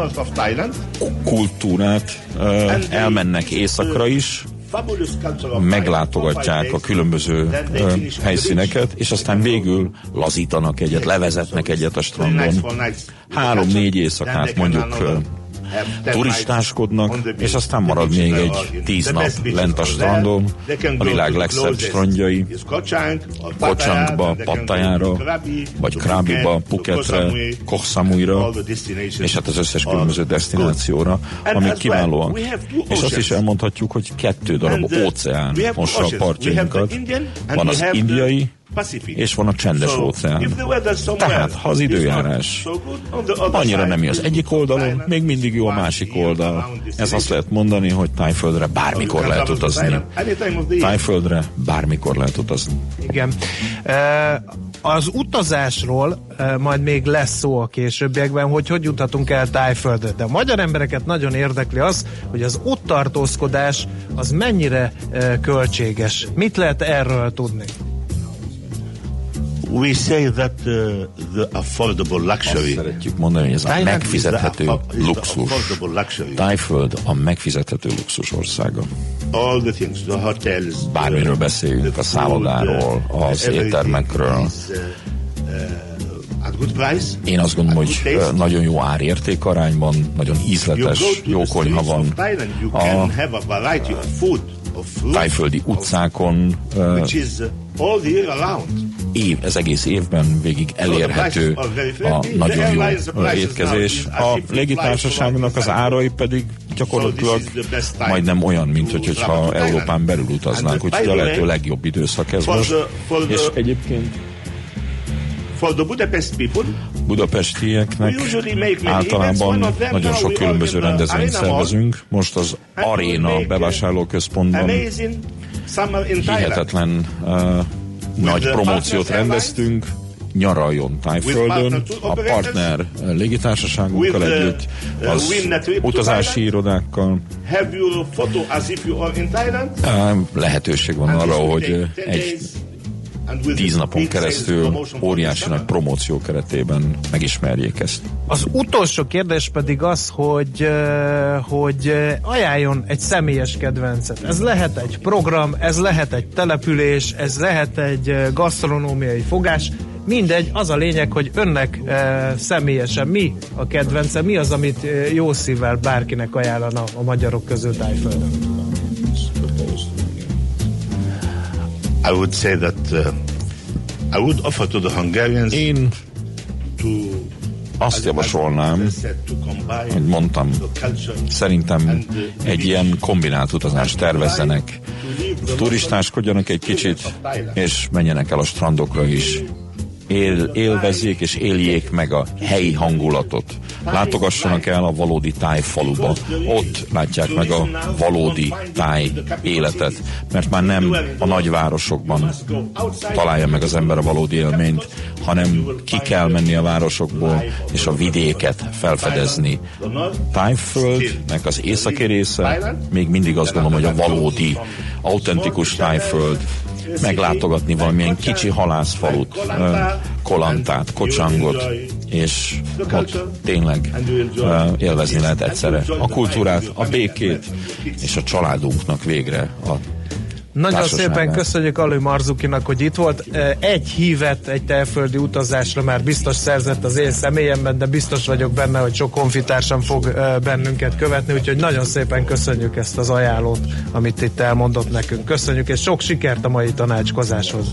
kultúrát, elmennek északra is, meglátogatják a különböző helyszíneket, és aztán végül lazítanak egyet, levezetnek egyet a strandon. 3-4 éjszakát mondjuk turistáskodnak, és aztán marad még egy 10 nap lent a strandon, a világ legszebb strandjai, Koh Changba, Pattayára, vagy Krabiba, Phuketre, Koh Samuira, és hát az összes különböző desztinációra, amik kiválóan. És azt is elmondhatjuk, hogy 2 darab óceán mossa a partjainkat. Van az indiai, és van a csendes óceán. Tehát, ha az időjárás annyira nem jó az egyik oldalon, még mindig jó a másik oldal. Ez azt lehet mondani, hogy Tájföldre bármikor lehet utazni. Tájföldre bármikor lehet utazni. Igen. Az utazásról majd még lesz szó a későbbiekben, hogy juthatunk el Tájföldre. De a magyar embereket nagyon érdekli az, hogy az ott tartózkodás az mennyire költséges. Mit lehet erről tudni? We say that the affordable luxury. Azt szeretjük mondani, hogy ez a megfizethető luxus. Tájföld a megfizethető luxus országa. All the things, the hotels. Bármiről beszéljünk, a szállodáról, az éttermekről. Én azt gondolom, hogy nagyon jó ár-érték arányban, nagyon ízletes, jó konyha van. A tájföldi utcákon ez egész évben végig elérhető a nagyon jó étkezés. A légitársaságnak az árai pedig gyakorlatilag majdnem olyan, mint hogyha Európán belül utaznánk, úgyhogy a lehető legjobb időszak ez most. És egyébként budapestieknek általában nagyon sok különböző rendezvényt szervezünk. Most az Aréna bevásárlóközpontban hihetetlen nagy promóciót rendeztünk, nyaraljon Tájföldön, a partner légitársaságunkkal együtt, az utazási irodákkal. Lehetőség van arra, hogy egy 10 napon keresztül óriási nagy promóció keretében megismerjék ezt. Az utolsó kérdés pedig az, hogy ajánljon egy személyes kedvencet. Ez lehet egy program, ez lehet egy település, ez lehet egy gasztronómiai fogás, mindegy, az a lényeg, hogy önnek személyesen mi a kedvence, mi az, amit jó szívvel bárkinek ajánlana a magyarok közül Tájföldön. I would say that I would offer to the Hungarians Én azt javasolnám, hogy mondtam, szerintem egy ilyen kombinált utazást tervezzenek, turistáskodjanak egy kicsit, és menjenek el a strandokra is. Élvezzék és éljék meg a helyi hangulatot. Látogassanak el a valódi táj faluba. Ott látják meg a valódi táj életet. Mert már nem a nagyvárosokban találja meg az ember a valódi élményt, hanem ki kell menni a városokból, és a vidéket felfedezni. Tájföldnek az északi része, még mindig azt gondolom, hogy a valódi, autentikus Tájföld, meglátogatni valamilyen kicsi halászfalut, Kolantát, Kocsangot, és ott tényleg élvezni lehet egyszerre a kultúrát, a békét, és a családunknak végre a nagyon szépen köszönjük Alő Marzukinak, hogy itt volt. Egy hívet egy tájföldi utazásra már biztos szerzett az én személyemben, de biztos vagyok benne, hogy sok honfitársam fog bennünket követni, úgyhogy nagyon szépen köszönjük ezt az ajánlót, amit itt elmondott nekünk. Köszönjük, és sok sikert a mai tanácskozáshoz.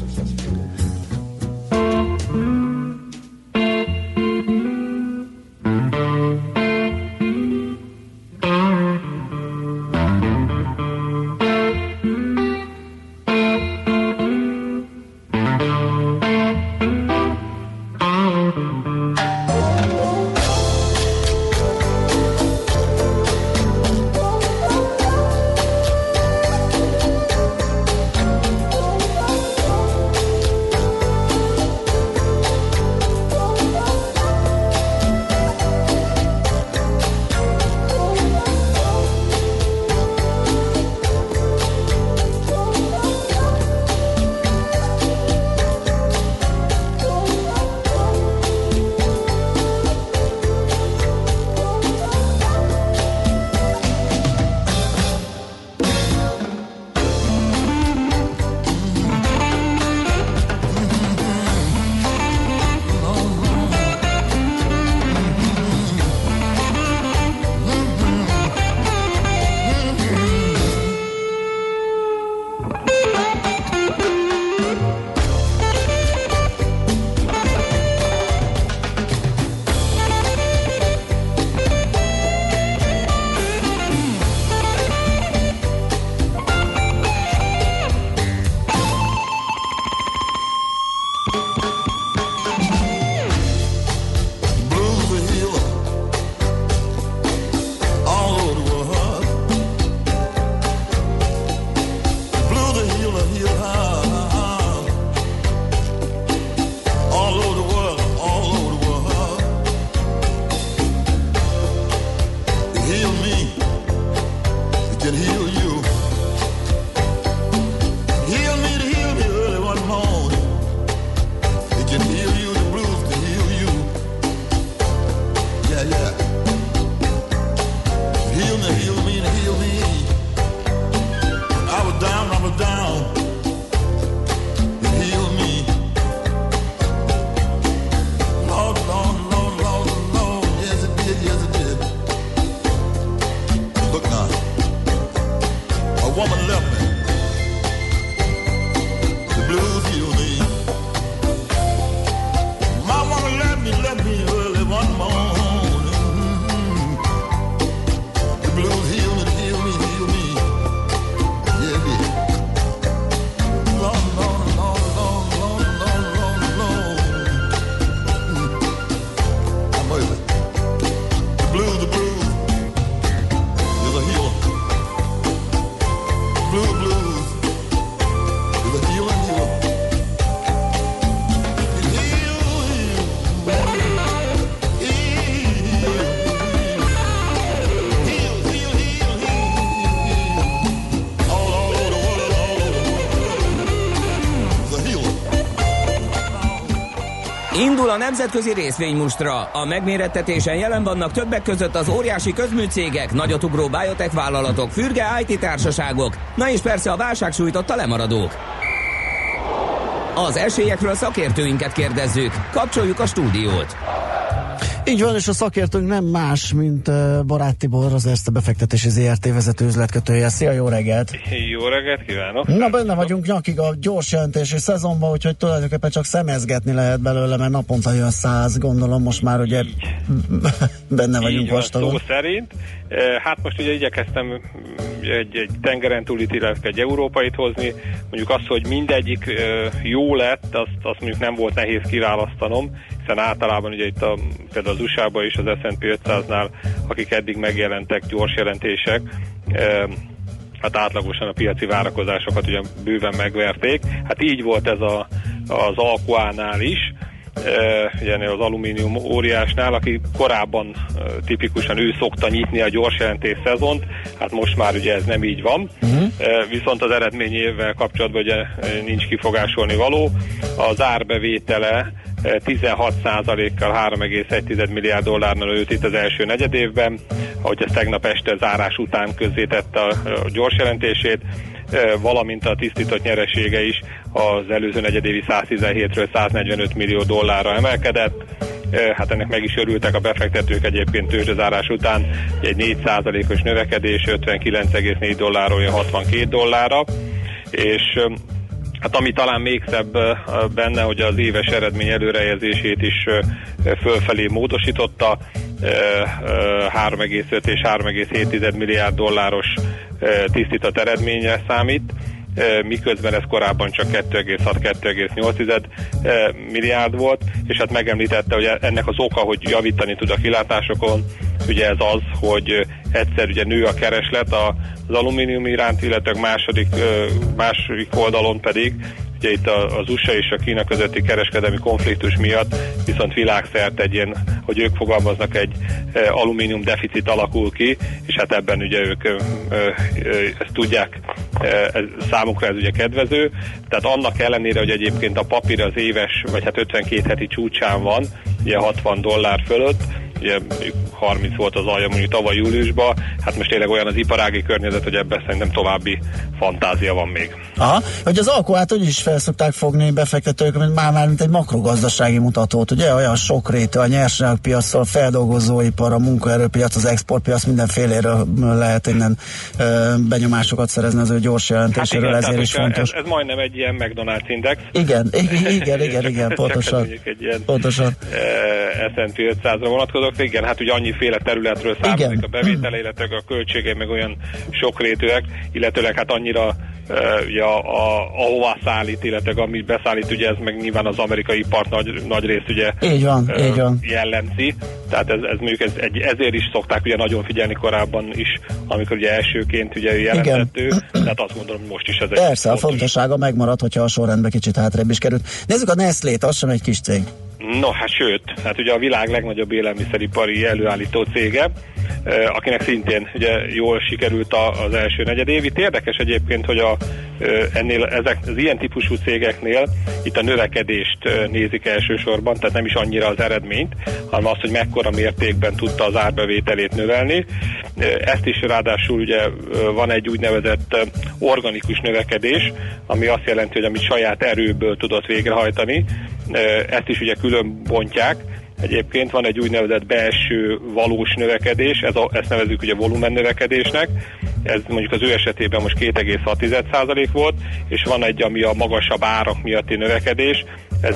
woman left me. The blues healed me. Indul a nemzetközi részvénymustra. A megmérettetésen jelen vannak többek között az óriási közműcégek, nagyotugró biotech vállalatok, fürge IT társaságok, na és persze a válság sújtotta lemaradók. Az esélyekről szakértőinket kérdezzük. Kapcsoljuk a stúdiót. Így van, és a szakértőnk nem más, mint Barát Tibor, az Erste befektetési ZRT vezető üzletkötője. Szia, jó reggelt! Jó reggelt kívánok! Na, benne vagyunk nyakig a gyors jelentési szezonban, úgyhogy tulajdonképpen csak szemezgetni lehet belőle, mert naponta jön 100, gondolom most már ugye benne vagyunk vastagon. Szó szerint. Hát most ugye igyekeztem egy tengeren túlit, illetve egy európait hozni. Mondjuk azt, hogy mindegyik jó lett, azt mondjuk nem volt nehéz kiválasztanom, hiszen általában ugye itt például az USA-ban is az S&P 500-nál, akik eddig megjelentek gyors jelentések, hát átlagosan a piaci várakozásokat ugye bőven megverték. Hát így volt ez az Alcoánál is, ugye az alumínium óriásnál, aki korábban tipikusan ő szokta nyitni a gyors jelentés szezont, hát most már ugye ez nem így van, viszont az eredményével kapcsolatban ugye nincs kifogásolni való. Az árbevétele 16%-kal 3,1 milliárd dollárnál nőtt itt az első negyedévben, ahogy ez tegnap este zárás után közzétette a gyors jelentését, valamint a tisztított nyeresége is az előző negyedévi 117-ről 145 millió dollárra emelkedett. Hát ennek meg is örültek a befektetők egyébként tőzsdezárás után, egy 4%-os növekedés 59,4 dollárról 62 dollárra, és hát ami talán még szebb benne, hogy az éves eredmény előrejelzését is fölfelé módosította, 3,5 és 3,7 milliárd dolláros tisztított eredményre számít, miközben ez korábban csak 2,6-2,8 milliárd volt, és hát megemlítette, hogy ennek az oka, hogy javítani tud a kilátásokon, ugye ez az, hogy egyszer ugye nő a kereslet az alumínium iránt, illetve második oldalon pedig ugye itt az USA és a Kína közötti kereskedelmi konfliktus miatt viszont világszerte egy ilyen, hogy ők fogalmaznak, egy alumínium deficit alakul ki, és hát ebben ugye ők ezt tudják, számukra ez ugye kedvező, tehát annak ellenére, hogy egyébként a papír az éves, vagy hát 52 heti csúcsán van, ugye 60 dollár fölött, ugye 30 volt az alja mondjuk tavaly júliusban, hát most tényleg olyan az iparági környezet, hogy ebben szerintem további fantázia van még. Aha, hogy az Alcoát úgy is fel szokták fogni befektetők, mint egy makrogazdasági mutatót, ugye olyan sokrétű a nyersanyagpiac, a feldolgozóipar, a munkaerőpiac, az exportpiac, mindenféléről lehet innen benyomásokat szerezni az ő gyors jelentéséről, hát ezért is fontos. Ez majdnem egy ilyen McDonald's index. Igen, pontosan. Pontosan. S&P 500-ra vonatkozók, igen, hát ugye annyiféle területről származik a bevétele, illetve a költségei meg olyan sokrétűek, illetőleg hát annyira ugye ahová szállít, illetve amit beszállít, ugye ez meg nyilván az amerikai ipart nagy rész ugye így van. jellemzi, tehát ezért is szokták ugye nagyon figyelni korábban is, amikor ugye elsőként ugye jelentettő, tehát azt gondolom, most is ez egy persze, a fontossága megmarad, hogyha a sorrendbe kicsit hátrébb is került. Nézzük a Nestlét, az sem egy kis cég. No, hát sőt, hát ugye a világ legnagyobb élelmiszeripari előállító cége, akinek szintén ugye jól sikerült az első negyedév. Itt érdekes egyébként, hogy az ilyen típusú cégeknél itt a növekedést nézik elsősorban, tehát nem is annyira az eredményt, hanem azt, hogy mekkora mértékben tudta az árbevételét növelni. Ezt is ráadásul ugye van egy úgynevezett organikus növekedés, ami azt jelenti, hogy amit saját erőből tudott végrehajtani, ezt is ugye külön bontják. Egyébként van egy úgynevezett belső valós növekedés, ezt nevezzük ugye volumen növekedésnek, ez mondjuk az ő esetében most 2,6% volt, és van egy, ami a magasabb árak miatti növekedés, ez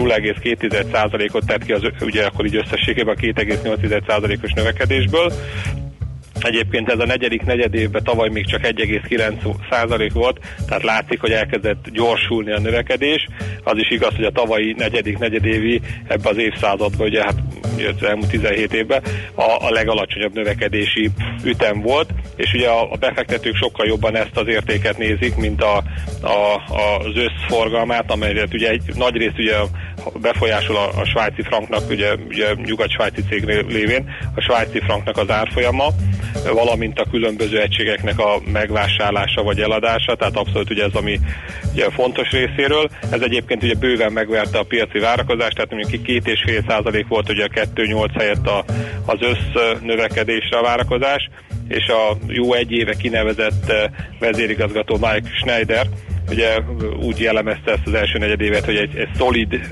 0,2%-ot tett ki, ugye akkor így összességében a 2,8%-os növekedésből. Egyébként ez a negyedik negyedévben tavaly még csak 1,9% volt, tehát látszik, hogy elkezdett gyorsulni a növekedés. Az is igaz, hogy a tavalyi negyedik negyedévi ebben az évszázadban, ugye hát az elmúlt 17 évben a legalacsonyabb növekedési ütem volt, és ugye a befektetők sokkal jobban ezt az értéket nézik, mint az összforgalmát, amelyet ugye egy nagy részt ugye befolyásol a svájci franknak, ugye nyugat-svájci cég lévén a svájci franknak az árfolyama, valamint a különböző egységeknek a megvásárlása vagy eladása, tehát abszolút ugye ez, ami ugye fontos részéről. Ez egyébként ugye bőven megverte a piaci várakozást, tehát mondjuk 2,5% volt ugye a 2,8 helyett az össznövekedésre a várakozás, és a jó egy éve kinevezett vezérigazgató Mike Schneider ugye úgy jellemezte ezt az első negyedévet, hogy egy szolid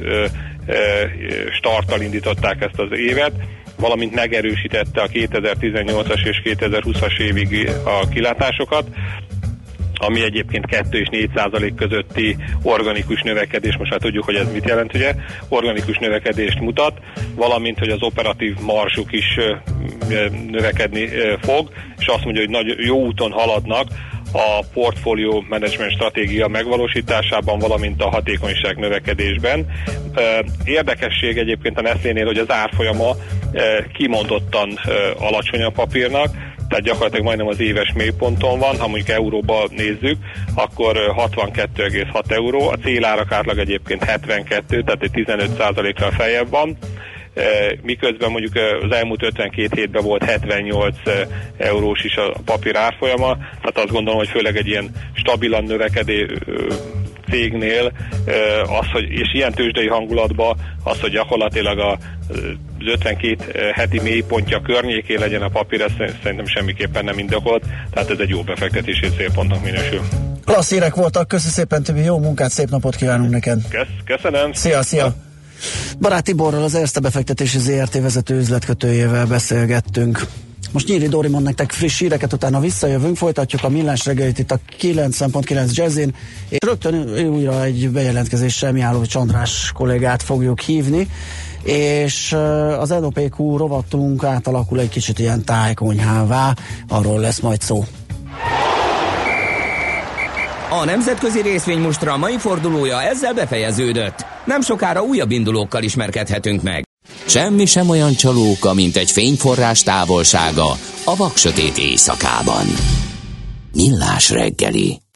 starttal indították ezt az évet, valamint megerősítette a 2018-as és 2020-as évig a kilátásokat, ami egyébként 2 és 4% közötti organikus növekedés, most már tudjuk, hogy ez mit jelent, ugye, organikus növekedést mutat, valamint, hogy az operatív marzsuk is növekedni fog, és azt mondja, hogy nagy jó úton haladnak a portfólió management stratégia megvalósításában, valamint a hatékonyság növekedésben. Érdekesség egyébként a Nestlénél, hogy az árfolyama kimondottan alacsony a papírnak, tehát gyakorlatilag majdnem az éves mélyponton van, ha mondjuk euróba nézzük, akkor 62,6 euró, a célárak átlag egyébként 72, tehát egy 15%-kal feljebb van, miközben mondjuk az elmúlt 52 hétben volt 78 eurós is a papír árfolyama, tehát azt gondolom, hogy főleg egy ilyen stabilan növekedő cégnél az, hogy, és ilyen tőzsdei hangulatban az, hogy gyakorlatilag az 52 heti mélypontja környékén legyen a papír, ez szerintem semmiképpen nem indokolt, tehát ez egy jó befektetési célpontnak minősül. Klassz hírek voltak, köszi szépen, Tibi, jó munkát, szép napot kívánunk neked. Köszönöm. Szia. Barát Tiborral, az Erste befektetési ZRT vezető üzletkötőjével beszélgettünk. Most Nyíri Dóri mond nektek friss híreket, utána visszajövünk, folytatjuk a millás reggelit itt a 90.9 Jazzin, és rögtön újra egy bejelentkezéssel Mihálovics András kollégát fogjuk hívni, és az LOPQ rovatunk átalakul egy kicsit ilyen tájkonyhává, arról lesz majd szó. A nemzetközi részvénymustra mai fordulója ezzel befejeződött. Nem sokára újabb indulókkal ismerkedhetünk meg. Semmi sem olyan csalóka, mint egy fényforrás távolsága a vaksötét éjszakában. Millás reggeli.